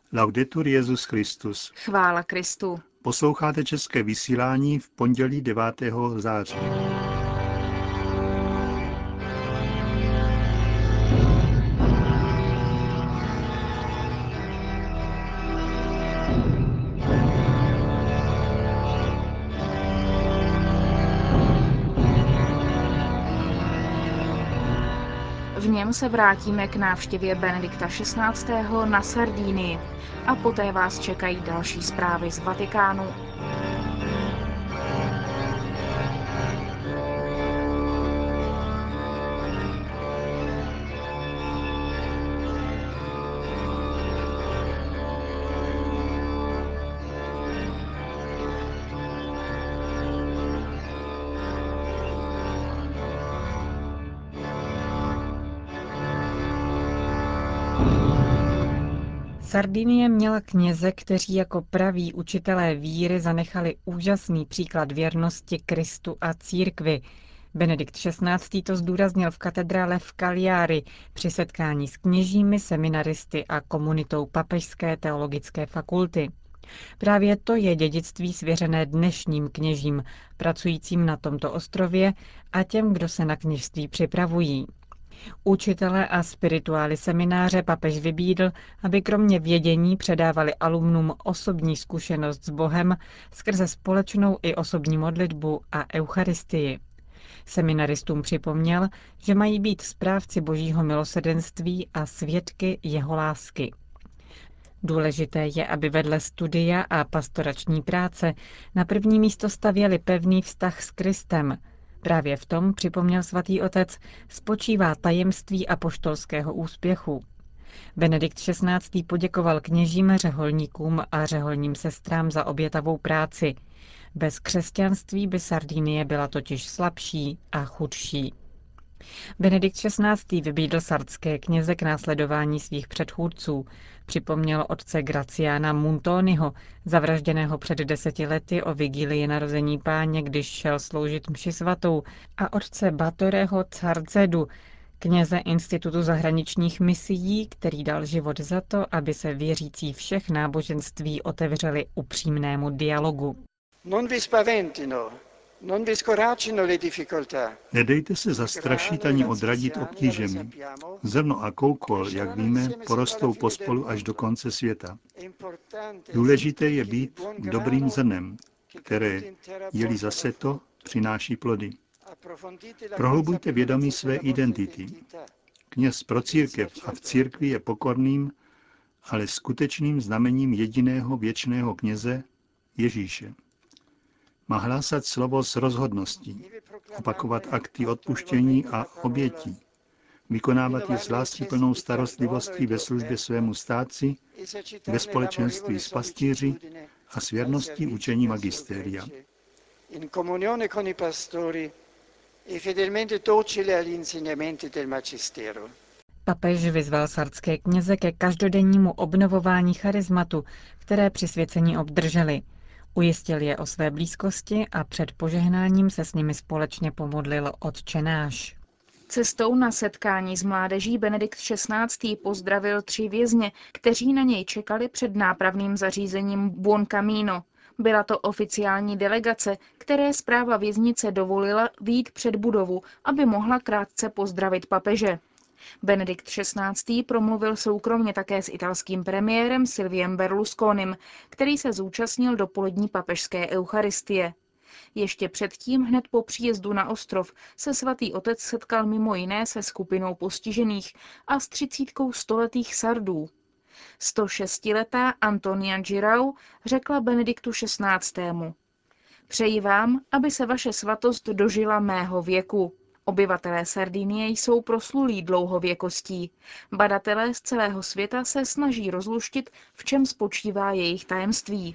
Laudetur Jesus Christus. Chvála Kristu. Posloucháte české vysílání v pondělí 9. září. V něm se vrátíme k návštěvě Benedikta XVI. Na Sardínii a poté vás čekají další zprávy z Vatikánu. Sardinie měla kněze, kteří jako praví učitelé víry zanechali úžasný příklad věrnosti Kristu a církvi. Benedikt XVI. To zdůraznil v katedrále v Cagliari při setkání s kněžími, seminaristy a komunitou Papežské teologické fakulty. Právě to je dědictví svěřené dnešním kněžím, pracujícím na tomto ostrově a těm, kdo se na kněžství připravují. Učitelé a spirituály semináře papež vybídl, aby kromě vědění předávali alumnům osobní zkušenost s Bohem skrze společnou i osobní modlitbu a eucharistii. Seminaristům připomněl, že mají být správci božího milosrdenství a svědky jeho lásky. Důležité je, aby vedle studia a pastorační práce na první místo stavěli pevný vztah s Kristem. Právě v tom, připomněl svatý otec, spočívá tajemství apoštolského úspěchu. Benedikt XVI. Poděkoval kněžím, řeholníkům a řeholním sestrám za obětavou práci. Bez křesťanství by Sardinie byla totiž slabší a chudší. Benedikt XVI. Vybídl sardské kněze k následování svých předchůdců. Připomněl otce Graciana Muntoniho, zavražděného před 10 lety o vigílii narození Páně, když šel sloužit mši svatou, a otce Batoreho Carzedu, kněze Institutu zahraničních misií, který dal život za to, aby se věřící všech náboženství otevřeli upřímnému dialogu. Nedejte se zastrašit ani odradit obtížemi. Zrno a koukol, jak víme, porostou pospolu až do konce světa. Důležité je být dobrým zrnem, které, je-li zaseto, přináší plody. Prohlubujte vědomí své identity. Kněz pro církev a v církvi je pokorným, ale skutečným znamením jediného věčného kněze, Ježíše. Má hlásat slovo s rozhodností, opakovat akty odpuštění a obětí, vykonávat je s láskyplnou starostlivostí ve službě svému stáci, ve společenství s pastýři a s věrností učení magistéria. Papež vyzval sardské kněze ke každodennímu obnovování charizmatu, které při svěcení obdrželi. Ujistil je o své blízkosti a před požehnáním se s nimi společně pomodlil Otčenáš. Cestou na setkání s mládeží Benedikt XVI. Pozdravil 3 vězně, kteří na něj čekali před nápravným zařízením Buon Camino. Byla to oficiální delegace, které správa věznice dovolila vyjít před budovu, aby mohla krátce pozdravit papeže. Benedikt XVI. Promluvil soukromně také s italským premiérem Silviem Berlusconim, který se zúčastnil dopolední papežské eucharistie. Ještě předtím, hned po příjezdu na ostrov, se svatý otec setkal mimo jiné se skupinou postižených a s 30 stoletých Sardů. 106letá Antonia Girau řekla Benediktu XVI. Přeji vám, aby se vaše svatost dožila mého věku. Obyvatelé Sardinie jsou proslulí dlouhověkostí. Badatelé z celého světa se snaží rozluštit, v čem spočívá jejich tajemství.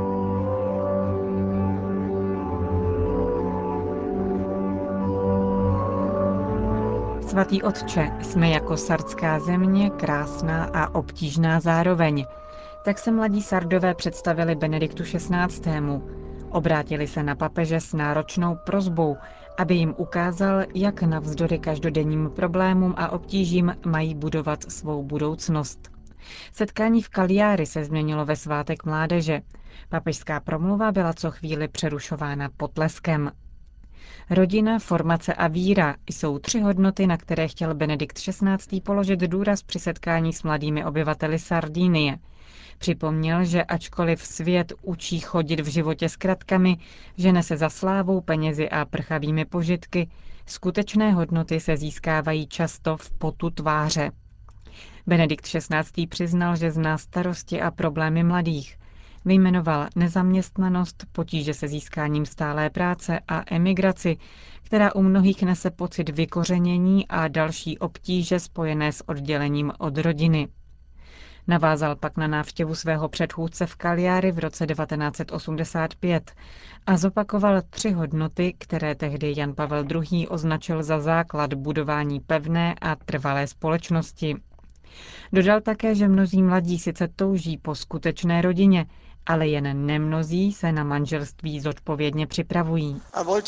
Svatý otče, jsme jako sardská země, krásná a obtížná zároveň. Tak se mladí Sardové představili Benediktu XVI. Obrátili se na papeže s náročnou prosbou, aby jim ukázal, jak navzdory každodenním problémům a obtížím mají budovat svou budoucnost. Setkání v Cagliari se změnilo ve svátek mládeže. Papežská promluva byla co chvíli přerušována potleskem. Rodina, formace a víra jsou 3 hodnoty, na které chtěl Benedikt XVI. Položit důraz při setkání s mladými obyvateli Sardinie. Připomněl, že ačkoliv svět učí chodit v životě s kratkami, žene se za slávou, penězi a prchavými požitky, skutečné hodnoty se získávají často v potu tváře. Benedikt XVI. Přiznal, že zná starosti a problémy mladých. Vyjmenoval nezaměstnanost, potíže se získáním stálé práce a emigraci, která u mnohých nese pocit vykořenění a další obtíže spojené s oddělením od rodiny. Navázal pak na návštěvu svého předchůdce v Cagliari v roce 1985 a zopakoval 3 hodnoty, které tehdy Jan Pavel II. Označil za základ budování pevné a trvalé společnosti. Dodal také, že mnozí mladí sice touží po skutečné rodině, ale jen nemnozí se na manželství zodpovědně připravují.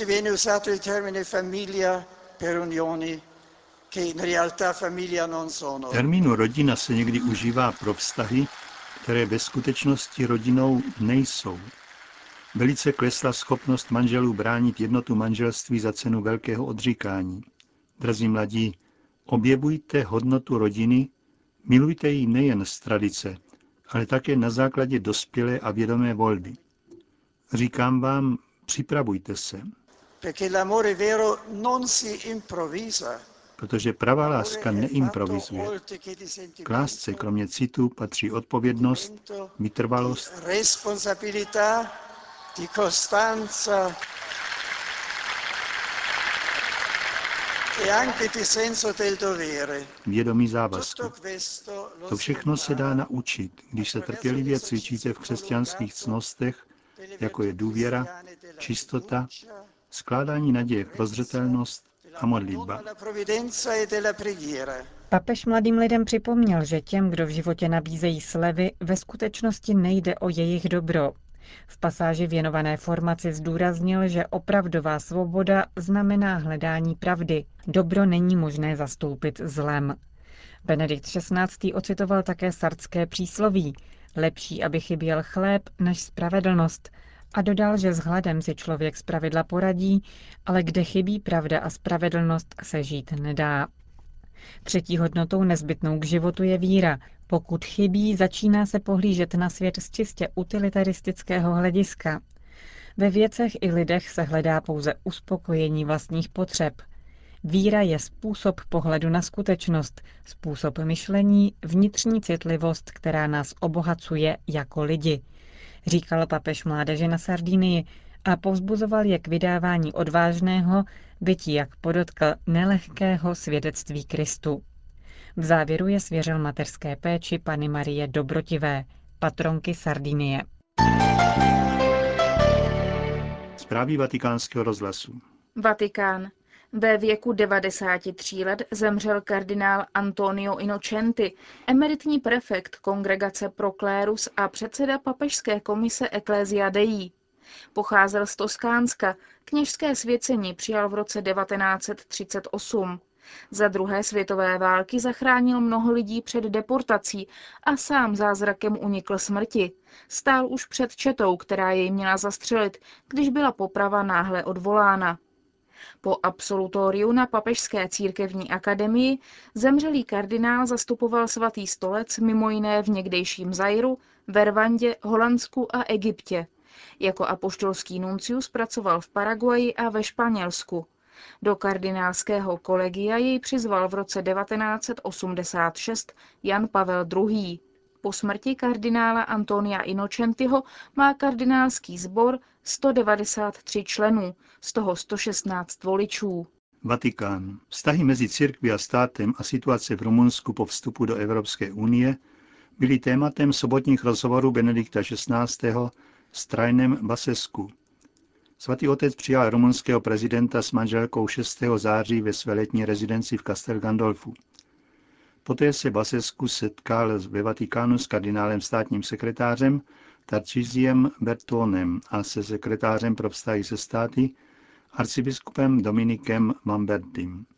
Termínu rodina se někdy užívá pro vztahy, které ve skutečnosti rodinou nejsou. Velice klesla schopnost manželů bránit jednotu manželství za cenu velkého odříkání. Drazí mladí, objevujte hodnotu rodiny, milujte ji nejen z tradice, ale také na základě dospělé a vědomé volby. Říkám vám, připravujte se. Protože pravá láska neimprovizuje. K lásce kromě citu patří odpovědnost, vytrvalost, vědomí závazku. To všechno se dá naučit, když se trpělivě cvičíte v křesťanských cnostech, jako je důvěra, čistota, skládání naděje v prozřetelnost a modlitba. Papež mladým lidem připomněl, že těm, kdo v životě nabízejí slevy, ve skutečnosti nejde o jejich dobro. V pasáži věnované formaci zdůraznil, že opravdová svoboda znamená hledání pravdy. Dobro není možné zastoupit zlem. Benedikt XVI. Ocitoval také sartské přísloví: lepší, aby chyběl chléb, než spravedlnost. A dodal, že s hladem si člověk zpravidla poradí, ale kde chybí pravda a spravedlnost, se žít nedá. 3. hodnotou nezbytnou k životu je víra. Pokud chybí, začíná se pohlížet na svět z čistě utilitaristického hlediska. Ve věcech i lidech se hledá pouze uspokojení vlastních potřeb. Víra je způsob pohledu na skutečnost, způsob myšlení, vnitřní citlivost, která nás obohacuje jako lidi, říkal papež mládeži na Sardinii a povzbuzoval je k vydávání odvážného, byť, jak podotkl, nelehkého svědectví Kristu. V závěru je svěřil mateřské péči Panny Marie Dobrotivé, patronky Sardinie. Zprávy Vatikánského rozhlasu. Vatikán. Ve věku 93 let zemřel kardinál Antonio Innocenti, emeritní prefekt Kongregace pro klérus a předseda papežské komise Ecclesia Dei. Pocházel z Toskánska, kněžské svěcení přijal v roce 1938. Za 2. světové války zachránil mnoho lidí před deportací a sám zázrakem unikl smrti. Stál už před četou, která jej měla zastřelit, když byla poprava náhle odvolána. Po absolutoriu na Papežské církevní akademii zemřelý kardinál zastupoval Svatý stolec mimo jiné v někdejším Zairu, ve Rwandě, Holandsku a Egyptě. Jako apoštolský nuncius pracoval v Paraguayi a ve Španělsku. Do kardinálského kolegia jej přizval v roce 1986 Jan Pavel II. Po smrti kardinála Antonia Innocentiho má kardinálský sbor 193 členů, z toho 116 voličů. Vatikán. Vztahy mezi církví a státem a situace v Rumunsku po vstupu do Evropské unie byly tématem sobotních rozhovorů Benedikta XVI. S Trajanem Basescu. Svatý otec přijal rumunského prezidenta s manželkou 6. září ve své letní rezidenci v Castel Gandolfu. Poté se Basescu setkal ve Vatikánu s kardinálem státním sekretářem Tarcisiem Bertonem a se sekretářem pro vztahy se státy arcibiskupem Dominikem Lambertim.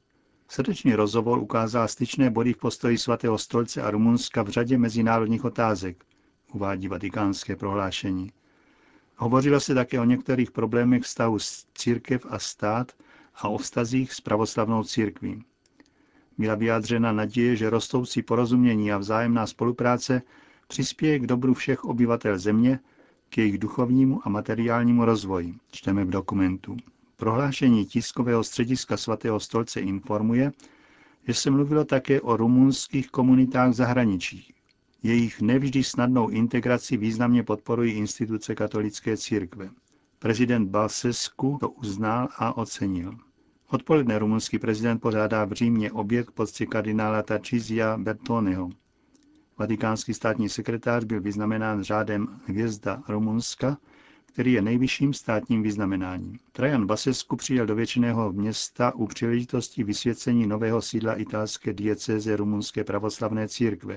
Srdečný rozhovor ukázal styčné body v postoji Svatého stolce a Rumunska v řadě mezinárodních otázek, uvádí vatikánské prohlášení. Hovořilo se také o některých problémech vztahu s církev a stát a o vztazích s pravoslavnou církví. Byla vyjádřena naděje, že rostoucí porozumění a vzájemná spolupráce přispěje k dobru všech obyvatel země, k jejich duchovnímu a materiálnímu rozvoji, čteme v dokumentu. Prohlášení tiskového střediska Svatého stolce informuje, že se mluvilo také o rumunských komunitách v zahraničí. Jejich nevždy snadnou integraci významně podporují instituce katolické církve. Prezident Basescu to uznal a ocenil. Odpoledne rumunský prezident pořádá v Římě oběd k poctě kardinála Tarcisia Bertoneho. Vatikánský státní sekretář byl vyznamenán řádem Hvězda Rumunska, který je nejvyšším státním vyznamenáním. Trajan Basescu přijel do věčného města u příležitosti vysvěcení nového sídla italské diecéze rumunské pravoslavné církve.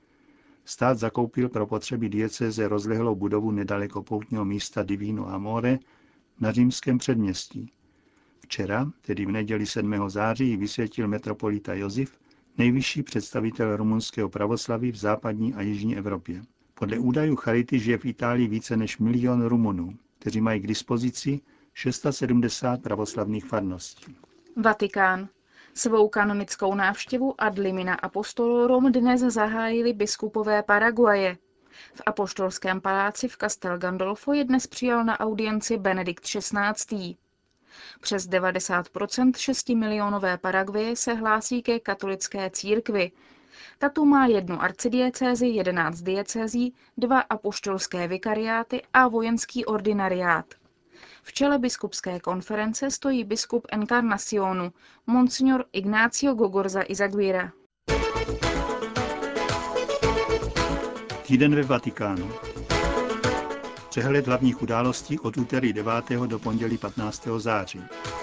Stát zakoupil pro potřeby diecéze rozlehlou budovu nedaleko poutního místa Divino Amore na římském předměstí. Včera, tedy v neděli 7. září, ji vysvětil metropolita Josif, nejvyšší představitel rumunského pravoslaví v západní a jižní Evropě. Podle údajů Charity žije v Itálii více než 1 000 000 Rumunů, kteří mají k dispozici 670 pravoslavných farností. Vatikán. Svou kanonickou návštěvu ad limina apostolorum dnes zahájili biskupové Paraguaje. V apoštolském paláci v Castel Gandolfo je dnes přijal na audienci Benedikt XVI. Přes 90% 6milionové Paraguaje se hlásí ke katolické církvi. Tato má 1 arcidiecézi, 11 diecézí, 2 apoštolské vikariáty a vojenský ordinariát. V čele biskupské konference stojí biskup Encarnacionu, monsignor Ignacio Gogorza Izaguirre. Týden ve Vatikánu. Přehled hlavních událostí od úterý 9. do pondělí 15. září.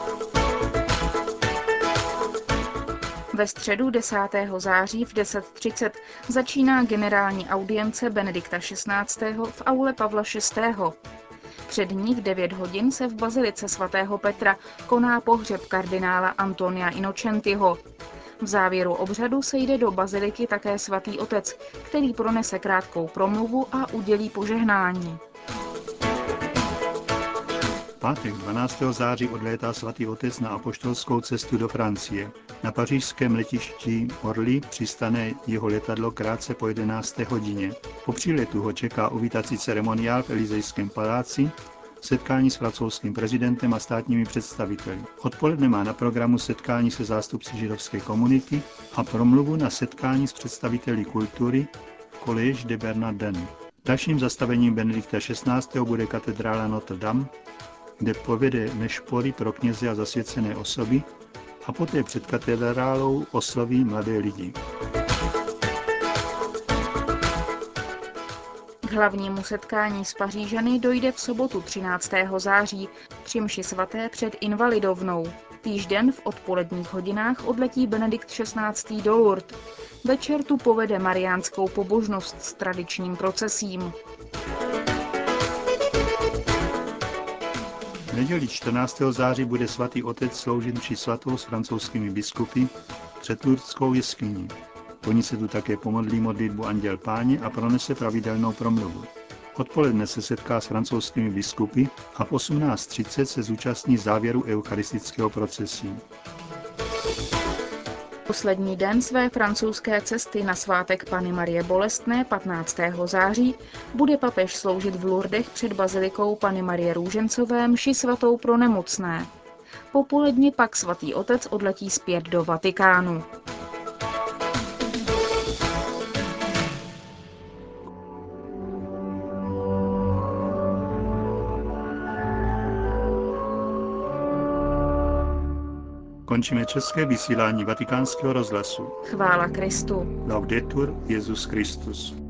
Ve středu 10. září v 10:30 začíná generální audience Benedikta XVI. V aule Pavla VI. Před ní v 9 hodin se v bazilice svatého Petra koná pohřeb kardinála Antonia Innocentiho. V závěru obřadu se jde do baziliky také svatý otec, který pronese krátkou promluvu a udělí požehnání. Pátek 12. září odlétá svatý otec na apoštolskou cestu do Francie. Na pařížském letišti Orly přistane jeho letadlo krátce po 11. hodině. Po příletu ho čeká uvítací ceremoniál v Elizejském paláci, setkání s francouzským prezidentem a státními představiteli. Odpoledne má na programu setkání se zástupci židovské komunity a promluvu na setkání s představiteli kultury Collège de Bernardin. Dalším zastavením Benedikta XVI. Bude katedrála Notre Dame, kde povede nešpory pro kněze a zasvěcené osoby a poté před katedrálou osloví mladé lidi. K hlavnímu setkání s Pařížany dojde v sobotu 13. září při mši svaté před Invalidovnou. Týž den v odpoledních hodinách odletí Benedikt XVI. Do Lourdes. Večer tu povede mariánskou pobožnost s tradičním procesím. V neděli 14. září bude svatý otec sloužit mši svatou s francouzskými biskupy před Lourdskou jeskyní. Po ní se tu také pomodlí modlitbu Anděl Páně a pronese pravidelnou promluvu. Odpoledne se setká s francouzskými biskupy a v 18:30 se zúčastní závěru eucharistického procesí. Poslední den své francouzské cesty na svátek Panny Marie Bolestné 15. září bude papež sloužit v Lourdech před bazilikou Panny Marie Růžencové mši svatou pro nemocné. Po poledni pak svatý otec odletí zpět do Vatikánu. Končíme české vysílání Vatikánského rozhlasu. Chvála Kristu. Laudetur Jesus Christus.